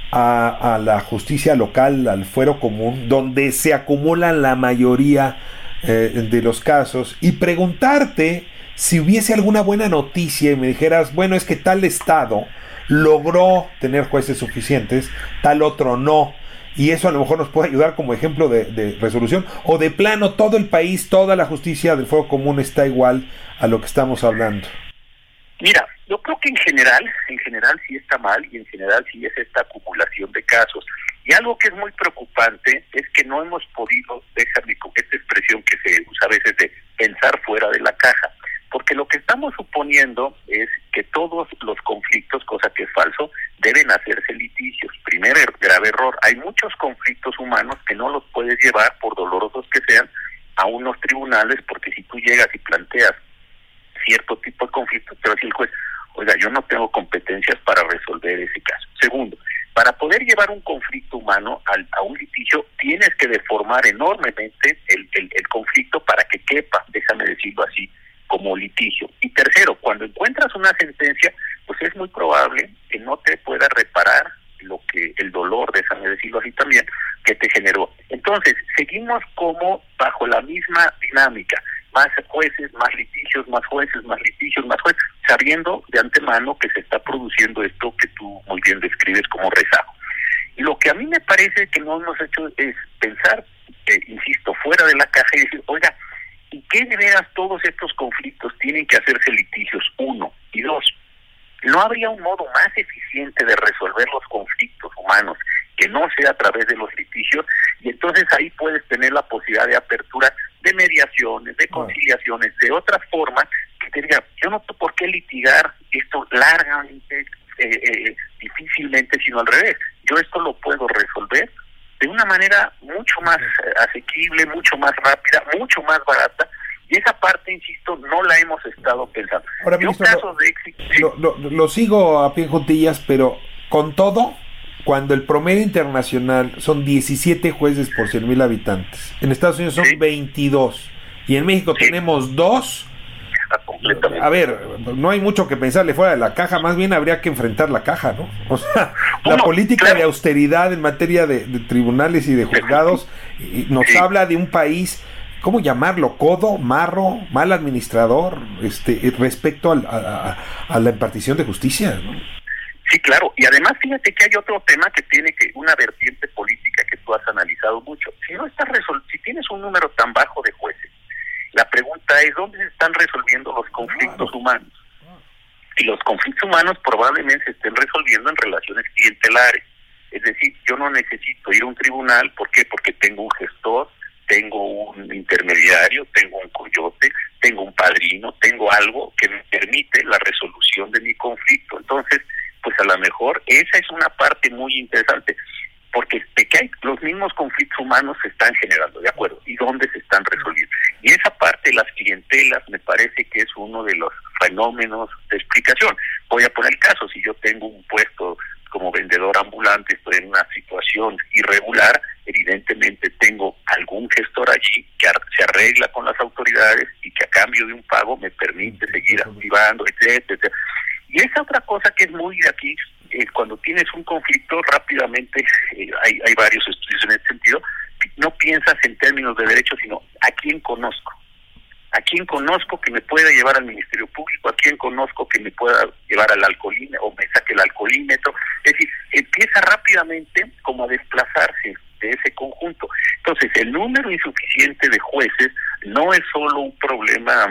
a la justicia local, al fuero común, donde se acumulan la mayoría de los casos, y preguntarte si hubiese alguna buena noticia y me dijeras, bueno, es que tal estado logró tener jueces suficientes, tal otro no, y eso a lo mejor nos puede ayudar como ejemplo de resolución, o de plano todo el país, toda la justicia del fuero común está igual a lo que estamos hablando. Mira, yo creo que en general sí está mal, y en general sí es esta acumulación de casos. Y algo que es muy preocupante es que no hemos podido, déjame con esta expresión que se usa a veces de pensar fuera de la caja, porque lo que estamos suponiendo es que todos los conflictos, cosa que es falso, deben hacerse litigios. Primer grave error, hay muchos conflictos humanos que no los puedes llevar, por dolorosos que sean, a unos tribunales, porque si tú llegas y planteas cierto tipo de conflictos, te va a decir el juez, oiga, yo no tengo competencias para resolver ese caso. Segundo, para poder llevar un conflicto humano a un litigio, tienes que deformar enormemente el conflicto para que quepa, déjame decirlo así, como litigio. Y tercero, cuando encuentras una sentencia, pues es muy probable que no te pueda reparar el dolor, déjame decirlo así también, que te generó. Entonces, seguimos como bajo la misma dinámica, más jueces, más litigios, más jueces, más litigios, más jueces. sabiendo de antemano que se está produciendo esto que tú muy bien describes como rezago. Y lo que a mí me parece que no hemos hecho es pensar, insisto, fuera de la caja y decir, oiga, ¿y qué de veras todos estos conflictos tienen que hacerse litigios? 1, y 2, ¿no habría un modo más eficiente de resolver los conflictos humanos que no sea a través de los litigios? Y entonces ahí puedes tener la posibilidad de apertura de mediaciones, de conciliaciones, de otras formas que te diga, yo no tengo por qué litigar esto largamente, difícilmente, sino al revés. Yo esto lo puedo resolver de una manera mucho más asequible, mucho más rápida, mucho más barata, y esa parte, insisto, no la hemos estado pensando. Ahora, ministro, casos de éxito, sí. Lo sigo a pie juntillas, pero con todo, cuando el promedio internacional son 17 jueces por 100,000 habitantes, en Estados Unidos son 22, y en México tenemos 2. A ver, no hay mucho que pensarle fuera de la caja, más bien habría que enfrentar la caja, ¿no? O sea, la política de austeridad en materia de tribunales y de juzgados nos habla de un país, ¿cómo llamarlo? Codo, marro, mal administrador, respecto a la impartición de justicia, ¿no? Sí, claro, y además fíjate que hay otro tema que tiene una vertiente política que tú has analizado mucho. Si tienes un número tan bajo de jueces, la pregunta es, ¿dónde se están resolviendo los conflictos humanos? Y los conflictos humanos probablemente se estén resolviendo en relaciones clientelares. Es decir, yo no necesito ir a un tribunal, ¿por qué? Porque tengo un gestor, tengo un intermediario, tengo un coyote, tengo un padrino, tengo algo que me permite la resolución de mi conflicto. Entonces, pues a lo mejor esa es una parte muy interesante, porque los mismos conflictos humanos se están generando, ¿de acuerdo? ¿Y dónde se están resolviendo? Y esa parte de las clientelas me parece que es uno de los fenómenos de explicación. Voy a poner el caso, si yo tengo un puesto como vendedor ambulante, estoy en una situación irregular, evidentemente tengo algún gestor allí que se arregla con las autoridades y que a cambio de un pago me permite seguir activando, etcétera. Y esa otra cosa que es muy de aquí, cuando tienes un conflicto rápidamente, hay varios estudios en ese sentido, no piensas en términos de derechos, sino ¿a quién conozco? ¿A quién conozco que me pueda llevar al Ministerio Público? ¿A quién conozco que me pueda llevar al alcoholímetro o me saque el alcoholímetro? Es decir, empieza rápidamente como a desplazarse de ese conjunto. Entonces, el número insuficiente de jueces no es solo un problema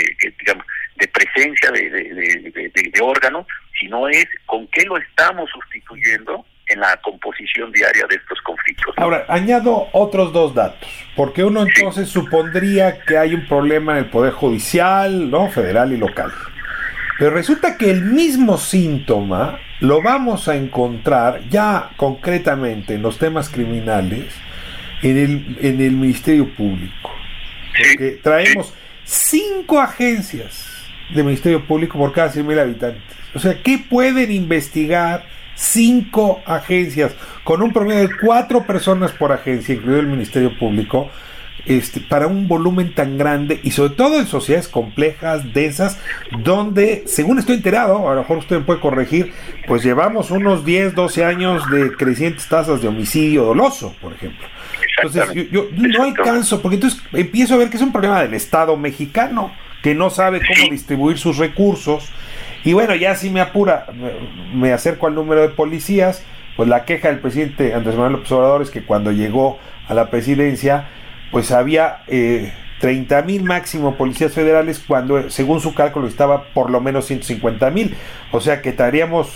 de presencia de órganos, sino es con qué lo estamos sustituyendo en la composición diaria de estos conflictos, ¿no? Ahora, añado otros 2 datos, porque uno entonces supondría que hay un problema en el Poder Judicial, ¿no? Federal y local. Pero resulta que el mismo síntoma lo vamos a encontrar ya concretamente en los temas criminales en el Ministerio Público. Porque traemos 5 agencias de Ministerio Público por cada 100,000 habitantes. O sea, ¿qué pueden investigar 5 agencias con un promedio de 4 personas por agencia, incluido el Ministerio Público, para un volumen tan grande y sobre todo en sociedades complejas, densas, donde, según estoy enterado, a lo mejor usted me puede corregir, pues llevamos unos 10, 12 años de crecientes tasas de homicidio doloso, por ejemplo. Entonces yo no alcanzo, porque entonces empiezo a ver que es un problema del Estado mexicano, que no sabe cómo distribuir sus recursos. Y bueno, ya si me apura, me acerco al número de policías, pues la queja del presidente Andrés Manuel López Obrador es que cuando llegó a la presidencia, pues había 30,000 máximo policías federales, cuando según su cálculo estaba por lo menos 150,000. O sea que estaríamos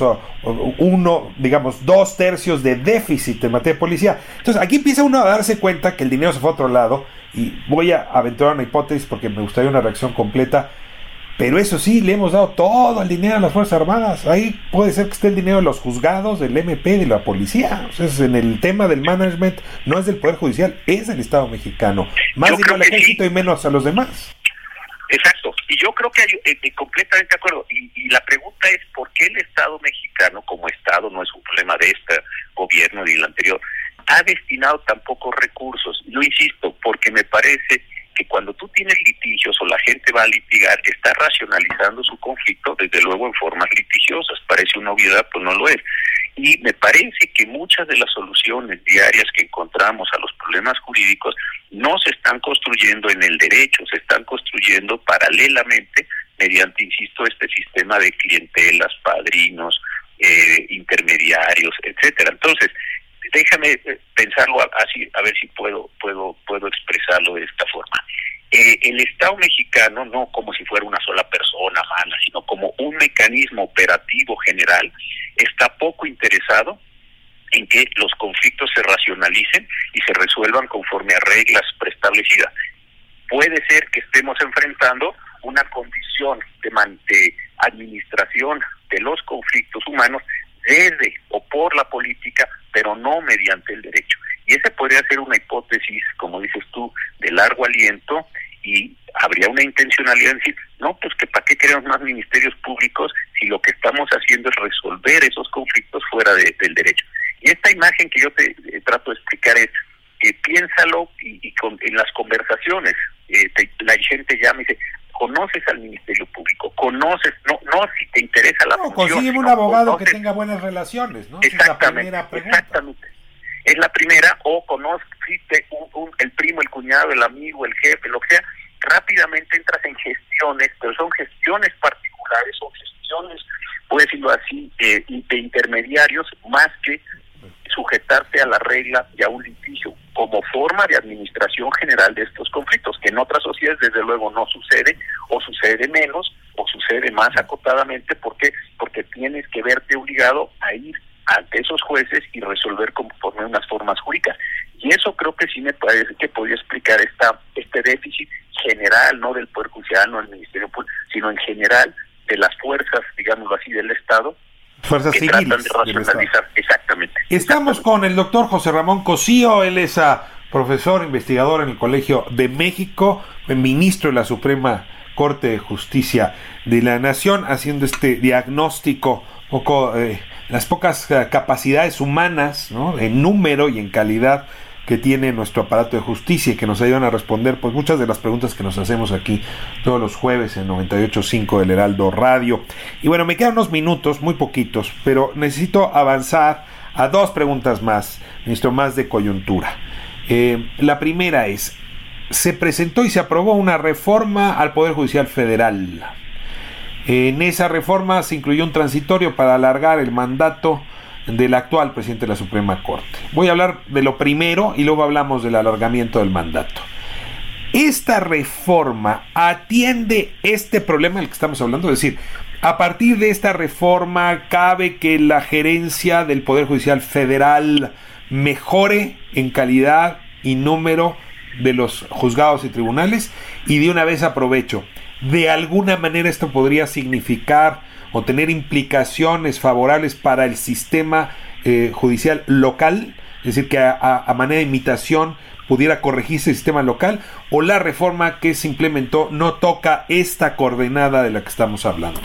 2/3 de déficit en materia de policía. Entonces aquí empieza uno a darse cuenta que el dinero se fue a otro lado, y voy a aventurar una hipótesis porque me gustaría una reacción completa. Pero eso sí, le hemos dado todo el dinero a las Fuerzas Armadas. Ahí puede ser que esté el dinero de los juzgados, del MP, de la policía. O sea, en el tema del management no es del Poder Judicial, es del Estado mexicano. Más dinero al ejército y menos a los demás. Exacto. Y yo creo que hay, completamente de acuerdo. Y la pregunta es, ¿por qué el Estado mexicano como Estado, no es un problema de este gobierno ni del anterior, ha destinado tan pocos recursos? Yo insisto, porque me parece que cuando tú tienes litigios o la gente va a litigar, está racionalizando su conflicto, desde luego en formas litigiosas. Parece una obviedad, pues no lo es. Y me parece que muchas de las soluciones diarias que encontramos a los problemas jurídicos no se están construyendo en el derecho, se están construyendo paralelamente mediante, insisto, este sistema de clientelas, padrinos, intermediarios, etcétera. Entonces, déjame pensarlo así, a ver si puedo expresarlo de esta forma. El Estado mexicano, no como si fuera una sola persona mala, sino como un mecanismo operativo general, está poco interesado en que los conflictos se racionalicen y se resuelvan conforme a reglas preestablecidas. Puede ser que estemos enfrentando una condición de administración de los conflictos humanos desde o por la política, pero no mediante el derecho. Y esa podría ser una hipótesis, como dices tú, de largo aliento, y habría una intencionalidad en decir, no, pues que para qué queremos más ministerios públicos si lo que estamos haciendo es resolver esos conflictos fuera del derecho. Y esta imagen que yo te trato de explicar es, piénsalo en las conversaciones, la gente llama y dice, ¿conoces al Ministerio Público? ¿Conoces? No si te interesa la función. Consígueme un abogado que tenga buenas relaciones, ¿no? Exactamente, exactamente. Es la primera, o conociste el primo, el cuñado, el amigo, el jefe, lo que sea. Rápidamente entras en gestiones, pero son gestiones particulares, son gestiones, puedo decirlo así, de intermediarios, más que sujetarte a la regla y a un litigio como forma de administración general de estos conflictos, que en otras sociedades desde luego no sucede, o sucede menos, o sucede más acotadamente. ¿Por qué? Porque tienes que verte obligado a ir ante esos jueces y resolver conforme a unas formas jurídicas. Y eso creo que sí me parece que podría explicar este déficit general, no del Poder Judicial, no del Ministerio Público, sino en general de las fuerzas, digámoslo así, del Estado, fuerzas que civiles tratan de racionalizar. Exactamente. Estamos con el doctor José Ramón Cosío. Él es profesor, investigador en el Colegio de México, ministro de la Suprema Corte de Justicia de la Nación, haciendo este diagnóstico un poco las pocas capacidades humanas, ¿no?, en número y en calidad, que tiene nuestro aparato de justicia, y que nos ayudan a responder pues muchas de las preguntas que nos hacemos aquí todos los jueves en 98.5 del Heraldo Radio. Y bueno, me quedan unos minutos, muy poquitos, pero necesito avanzar a dos preguntas más, ministro, más de coyuntura. La primera es, se presentó y se aprobó una reforma al Poder Judicial Federal. En esa reforma se incluyó un transitorio para alargar el mandato del actual presidente de la Suprema Corte. Voy a hablar de lo primero y luego hablamos del alargamiento del mandato. ¿Esta reforma atiende este problema del que estamos hablando? Es decir, a partir de esta reforma, ¿cabe que la gerencia del Poder Judicial Federal mejore en calidad y número de los juzgados y tribunales? Y de una vez aprovecho, ¿de alguna manera esto podría significar o tener implicaciones favorables para el sistema judicial local? Es decir, que a manera de imitación pudiera corregirse el sistema local, o la reforma que se implementó no toca esta coordenada de la que estamos hablando.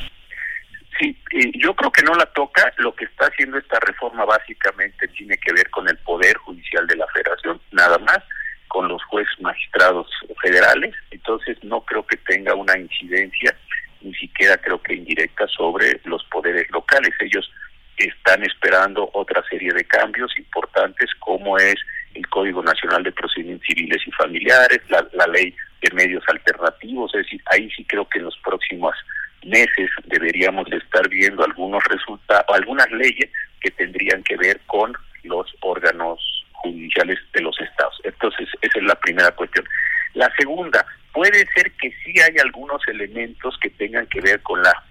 Sí, yo creo que no la toca. Lo que está haciendo esta reforma básicamente tiene que ver con el Poder Judicial de la Federación, nada más, con los jueces magistrados federales. Entonces no creo que tenga una incidencia, ni siquiera creo que indirecta, sobre los poderes locales. Ellos están esperando otra serie de cambios importantes, como es el Código Nacional de Procedimientos Civiles y Familiares, la ley de medios alternativos. Es decir, ahí sí creo que en los próximos meses deberíamos estar viendo algunos resultados, algunas leyes que tendrían que ver con los órganos judiciales de los estados. Entonces, esa es la primera cuestión. La segunda, puede ser que sí hay algunos elementos que tengan que ver con la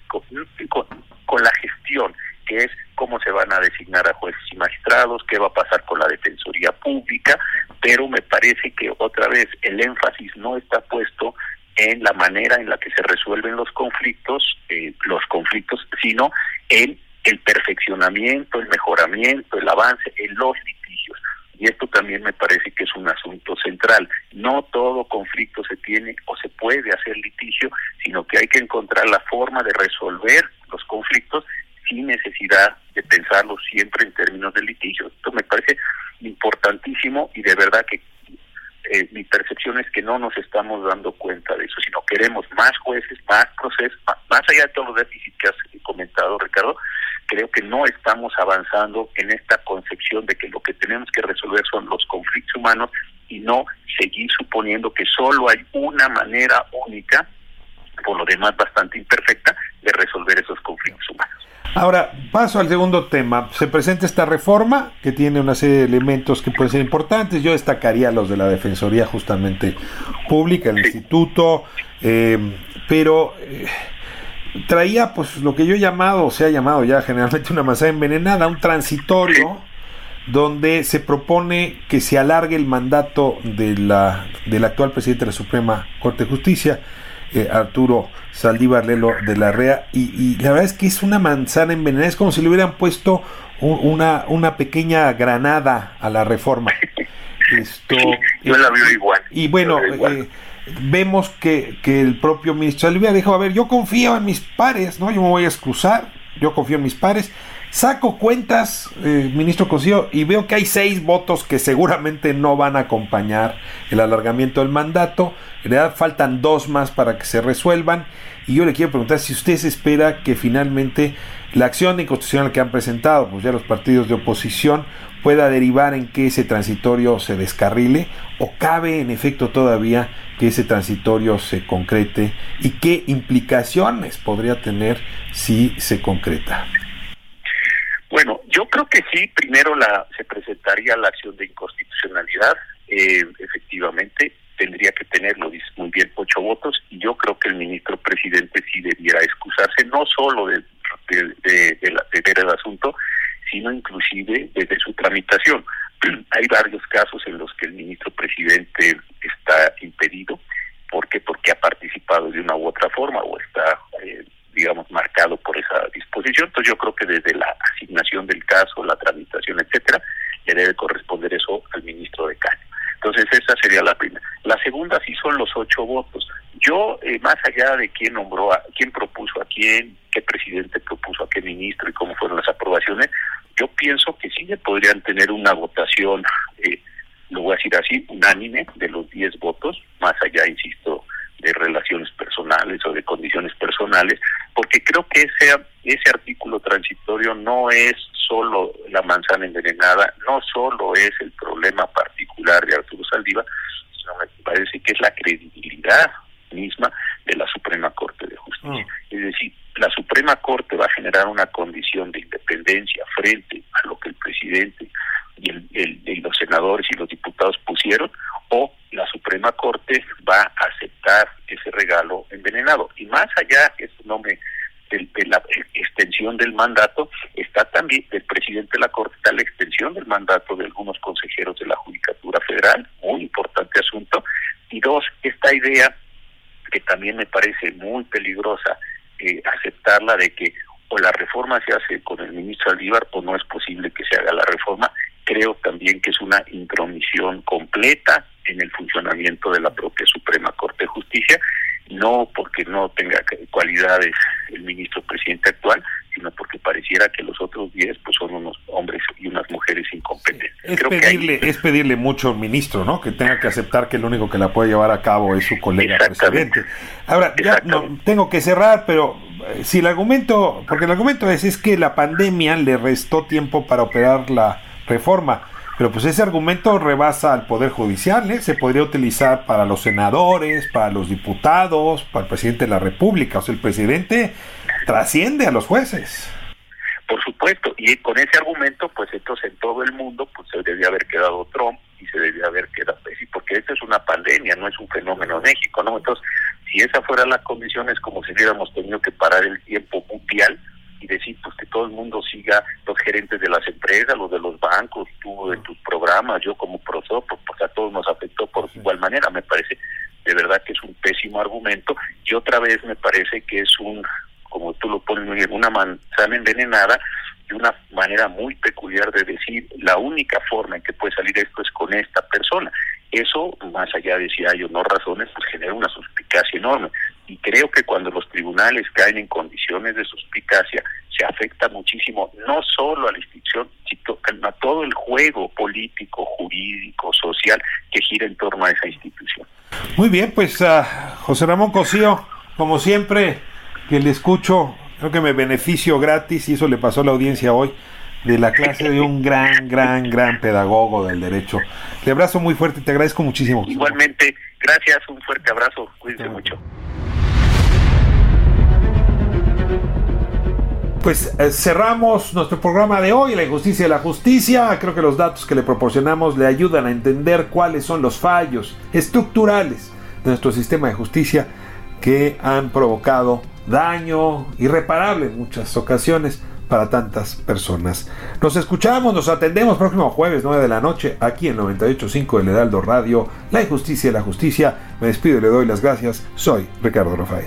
gestión, que es cómo se van a designar a jueces y magistrados, qué va a pasar con la Defensoría Pública, pero me parece que otra vez el énfasis no está puesto en la manera en la que se resuelven los conflictos, sino en el perfeccionamiento, el mejoramiento, el avance en los litigios. Y esto también me parece que es un asunto central. No todo conflicto se tiene o se puede hacer litigio, sino que hay que encontrar la forma de resolver los conflictos sin necesidad de pensarlo siempre en términos de litigio. Esto me parece importantísimo, y de verdad que mi percepción es que no nos estamos dando cuenta de eso, sino queremos más jueces, más procesos, más allá de todos los déficits que has comentado, Ricardo. Creo que no estamos avanzando en esta concepción de que lo que tenemos que resolver son los conflictos humanos, y no seguir suponiendo que solo hay una manera única por lo demás bastante imperfecta, de resolver esos conflictos humanos. Ahora, paso al segundo tema. Se presenta esta reforma que tiene una serie de elementos que pueden ser importantes. Yo destacaría los de la Defensoría justamente Pública, el Instituto, pero traía pues lo que yo he llamado, o se ha llamado ya generalmente una manzana envenenada, un transitorio donde se propone que se alargue el mandato del actual presidente de la Suprema Corte de Justicia, Arturo Saldívar Lelo de la Rea, y la verdad es que es una manzana envenenada, es como si le hubieran puesto una pequeña granada a la reforma. Yo la veo igual. Y bueno, vemos que el propio ministro Saldívar dijo, a ver, yo confío en mis pares, ¿no? Yo me voy a excusar, yo confío en mis pares. Saco cuentas, ministro Cosío, y veo que hay 6 votos que seguramente no van a acompañar el alargamiento del mandato. En realidad faltan 2 más para que se resuelvan. Y yo le quiero preguntar si usted se espera que finalmente la acción inconstitucional que han presentado pues ya los partidos de oposición pueda derivar en que ese transitorio se descarrile, o cabe en efecto todavía que ese transitorio se concrete, y qué implicaciones podría tener si se concreta. Bueno, yo creo que sí, primero se presentaría la acción de inconstitucionalidad, efectivamente tendría que tener, lo dice muy bien, 8 votos, y yo creo que el ministro presidente sí debiera excusarse, no solo de ver el asunto, sino inclusive desde su tramitación. Hay varios casos en los que el ministro presidente está impedido. ¿Por qué? Porque ha participado de una u otra forma o está marcado por esa disposición. Entonces yo creo que desde la asignación del caso, la tramitación, etcétera, le debe corresponder eso al ministro de Caño. Entonces esa sería la primera. La segunda sí son los 8 votos. Yo, más allá de quién nombró, quién propuso a quién, qué presidente propuso a qué ministro y cómo fueron las aprobaciones, yo pienso que sí podrían tener una votación, lo voy a decir así, unánime de los 10 votos, más allá, insisto, de relaciones personales o de condiciones personales, porque creo que ese artículo transitorio no es solo la manzana envenenada, no solo es el problema particular de Arturo Saldívar, sino me parece que es la credibilidad misma de la Suprema Corte de Justicia. Es decir, la Suprema Corte va a generar una condición de independencia frente a lo que el presidente y los senadores y los diputados pusieron, o la Suprema Corte va a aceptar ese regalo envenenado. Y más allá, de la extensión del mandato, está también del presidente de la Corte, está la extensión del mandato de algunos consejeros de la Judicatura Federal, muy importante asunto. Y 2, esta idea que también me parece muy peligrosa, aceptarla, de que o la reforma se hace con el ministro Saldívar o no es posible que se haga la reforma. Creo también que es una intromisión completa en el funcionamiento de la propia Suprema Corte de Justicia, no porque no tenga cualidades el ministro presidente actual, sino porque pareciera que los otros 10 pues son unos hombres y unas mujeres incompetentes. Es pedirle mucho al ministro, ¿no? Que tenga que aceptar que el único que la puede llevar a cabo es su colega presidente. Ahora, ya no tengo que cerrar, pero si el argumento, porque el argumento es que la pandemia le restó tiempo para operar la reforma, pero pues ese argumento rebasa al Poder Judicial, ¿eh? Se podría utilizar para los senadores, para los diputados, para el presidente de la República. O sea, el presidente trasciende a los jueces. Por supuesto, y con ese argumento, pues entonces en todo el mundo pues se debía haber quedado Trump y se debía haber quedado, porque esto es una pandemia, no es un fenómeno en México, ¿no? Entonces, si esa fuera la condición, es como si hubiéramos tenido que parar el tiempo mundial y decir pues que todo el mundo siga, los gerentes de las empresas, los de los bancos, tú en tus programas, yo como profesor, porque a todos nos afectó por igual manera. Me parece de verdad que es un pésimo argumento, y otra vez me parece que es como tú lo pones muy bien, una manzana envenenada, y una manera muy peculiar de decir la única forma en que puede salir esto es con esta persona. Eso, más allá de si hay o no razones, pues genera una suspicacia enorme. Y creo que cuando los tribunales caen en condiciones de suspicacia, se afecta muchísimo, no solo a la institución, sino a todo el juego político, jurídico, social, que gira en torno a esa institución. Muy bien, pues José Ramón Cosío, como siempre que le escucho, creo que me beneficio gratis, y eso le pasó a la audiencia hoy, de la clase de un gran pedagogo del derecho. Te abrazo muy fuerte y te agradezco muchísimo. Igualmente, gracias, un fuerte abrazo, cuídense mucho. pues cerramos nuestro programa de hoy, La Injusticia de la Justicia. Creo que los datos que le proporcionamos le ayudan a entender cuáles son los fallos estructurales de nuestro sistema de justicia que han provocado daño irreparable en muchas ocasiones para tantas personas. Nos escuchamos, nos atendemos próximo jueves 9 de la noche aquí en 98.5 del Heraldo Radio, La Injusticia de la Justicia. Me despido y le doy las gracias. Soy Ricardo Rafael.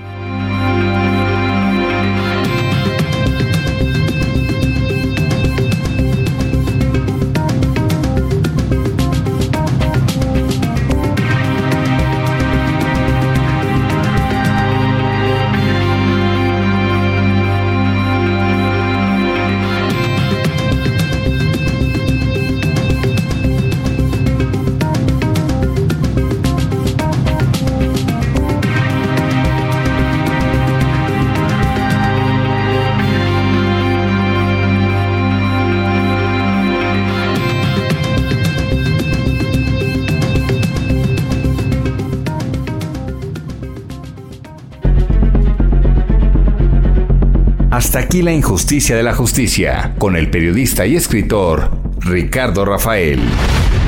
Hasta aquí La Injusticia de la Justicia, con el periodista y escritor Ricardo Rafael.